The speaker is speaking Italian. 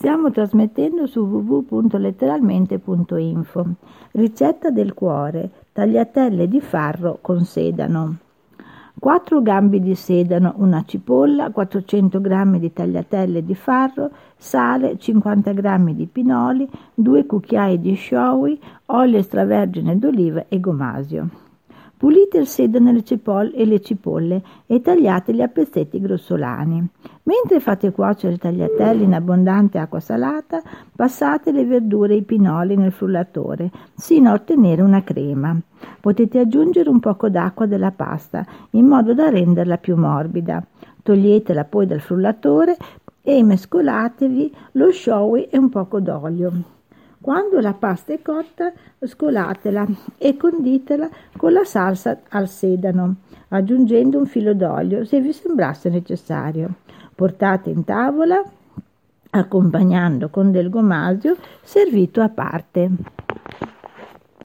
Stiamo trasmettendo su www.letteralmente.info. Ricetta del cuore: tagliatelle di farro con sedano. 4 gambi di sedano, una cipolla, 400 g di tagliatelle di farro, sale, 50 g di pinoli, 2 cucchiai di showy, olio extravergine d'oliva e gomasio. Pulite il sedano e le cipolle e tagliateli a pezzetti grossolani. Mentre fate cuocere le tagliatelle in abbondante acqua salata, passate le verdure e i pinoli nel frullatore, sino a ottenere una crema. Potete aggiungere un poco d'acqua della pasta, in modo da renderla più morbida. Toglietela poi dal frullatore e mescolatevi lo showy e un poco d'olio. Quando la pasta è cotta, scolatela e conditela con la salsa al sedano, aggiungendo un filo d'olio se vi sembrasse necessario. Portate in tavola, accompagnando con del gomasio servito a parte.